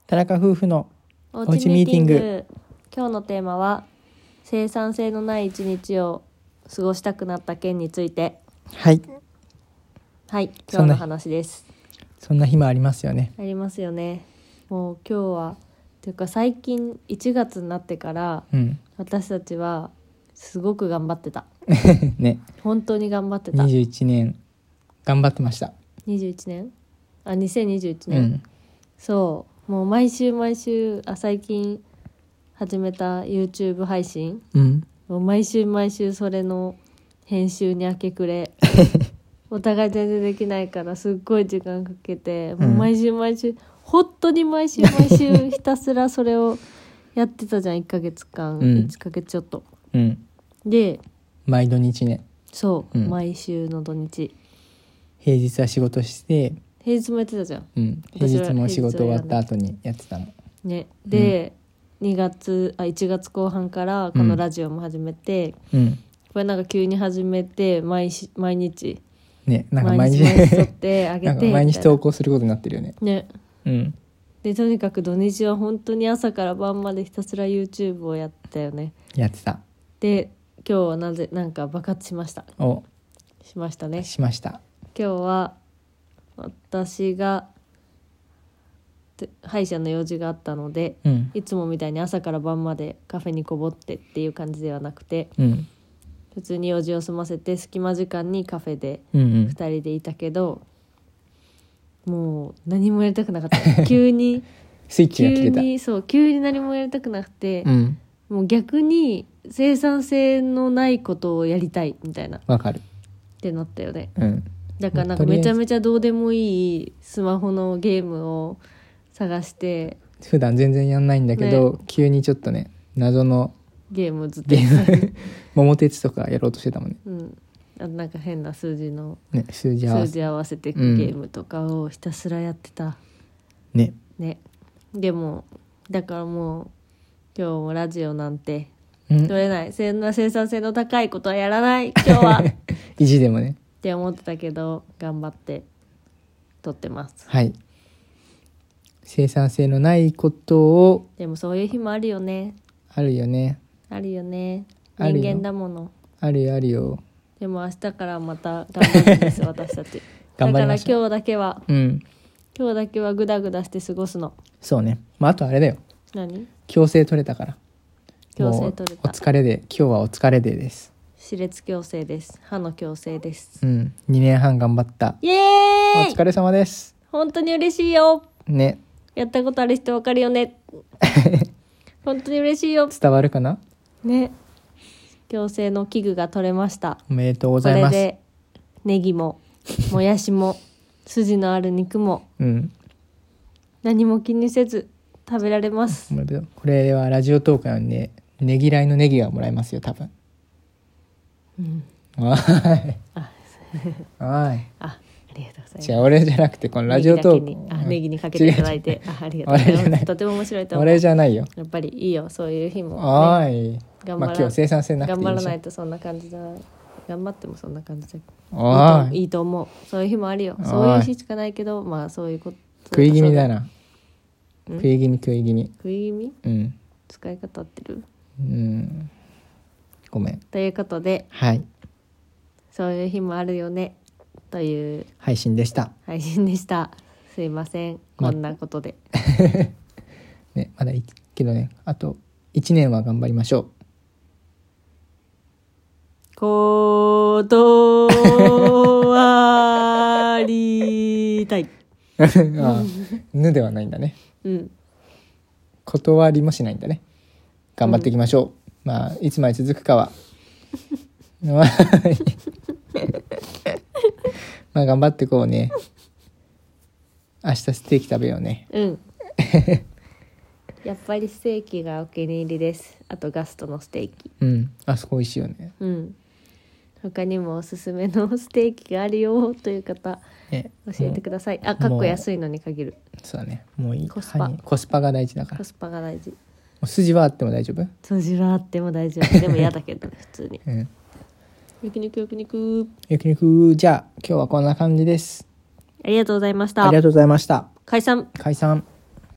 田中夫婦のおうちミーティング。今日のテーマは生産性のない一日を過ごしたくなった件について。 はい、 今日の話です。 そんな日もありますよね。 ありますよね。もう今日はというか最近1月になってから、私たちはすごく頑張ってたね、 本当に頑張ってた。 21年頑張ってました。 21年2021年、そうもう毎週最近始めた YouTube 配信、もう毎週それの編集に明け暮れお互い全然できないからすっごい時間かけて、もう毎週本当に毎週ひたすらそれをやってたじゃん。1ヶ月間、1ヶ月ちょっと、で毎土日ね。 そう、毎週の土日平日は仕事して平日もやってたじゃん、 平日も仕事終わった後にやってたのね。で、1月後半からこのラジオも始めて、これなんか急に始めて毎日ね、なんか毎日撮ってあげてなんか毎日投稿することになってるよね。 でとにかく土日は本当に朝から晩までひたすら YouTube をやったよね。 やってた。 で今日はなんか爆発しました。しましたね。 しました。 今日は私が歯医者の用事があったので、いつもみたいに朝から晩までカフェにこもってっていう感じではなくて、普通に用事を済ませて隙間時間にカフェで2人でいたけど、もう何もやりたくなかった急にスイッチが切れた。 急に何もやりたくなくて、もう逆に生産性のないことをやりたいみたいな。 わかるってなったよね。だからなんかめちゃめちゃどうでもいいスマホのゲームを探して、 普段全然やんないんだけど、急にちょっとね謎のゲームずっと桃鉄とかやろうとしてたもんね。 あとなんか変な数字の、 数字合わせていくゲームとかをひたすらやってたね。でもだからもう今日もラジオなんて撮れない、そんな生産性の高いことはやらない今日は意地でもねって思ってたけど頑張って撮ってます。 生産性のないことを。 でもそういう日もあるよね。 あるよね。 人間だもの。 あるよ。 でも明日からまた頑張るんです私たちだから今日だけはグダグダして過ごすの。 そうね。あとあれだよ。 何？ 矯正取れたから。 矯正取れた。 お疲れで、今日はお疲れデーです。 歯列矯正です。歯の矯正です。 2年半頑張った。 イエーイ。 お疲れ様です。 本当に嬉しいよね。 やったことある人分かるよね本当に嬉しいよ。 伝わるかなね。矯正の器具が取れました。 おめでとうございます。 これでネギももやしも筋のある肉も、何も気にせず食べられます。 これはラジオトークなんでねぎらいのネギがもらえますよ多分。ありがとうございます。じゃあ俺じゃなくてこのラジオトークネギにかけていただいてありがとうございます。とても面白いと思う。 俺じゃないよ。 やっぱりいいよそういう日も、 今日生産性なくていい。 頑張らないとそんな感じじゃない。頑張ってもそんな感じだ。いいと思う。そういう日もあるよ。そういう日しかないけど、そういうこと。 食い気味だな。食い気味。 使い方合ってる？ ごめん。 ということで、そういう日もあるよねという配信でした。 すいません、こんなことでね、まだいいけどね、あと1年は頑張りましょう。 断りたいぬではないんだね。断りもしないんだね。頑張っていきましょう。いつまで続くかは頑張ってこうね。明日ステーキ食べようね。 やっぱりステーキがお気に入りです。あとガストのステーキ。 あそこ美味しいよね。 他にもおすすめのステーキがあるよという方、教えてください。かっこ安いのに限る。 そうだね。もういい。コスパが大事だから。 コスパが大事。 筋はあっても大丈夫？ 筋はあっても大丈夫。でも嫌だけど普通に。焼肉。じゃあ今日はこんな感じです。 ありがとうございました。 ありがとうございました。 解散。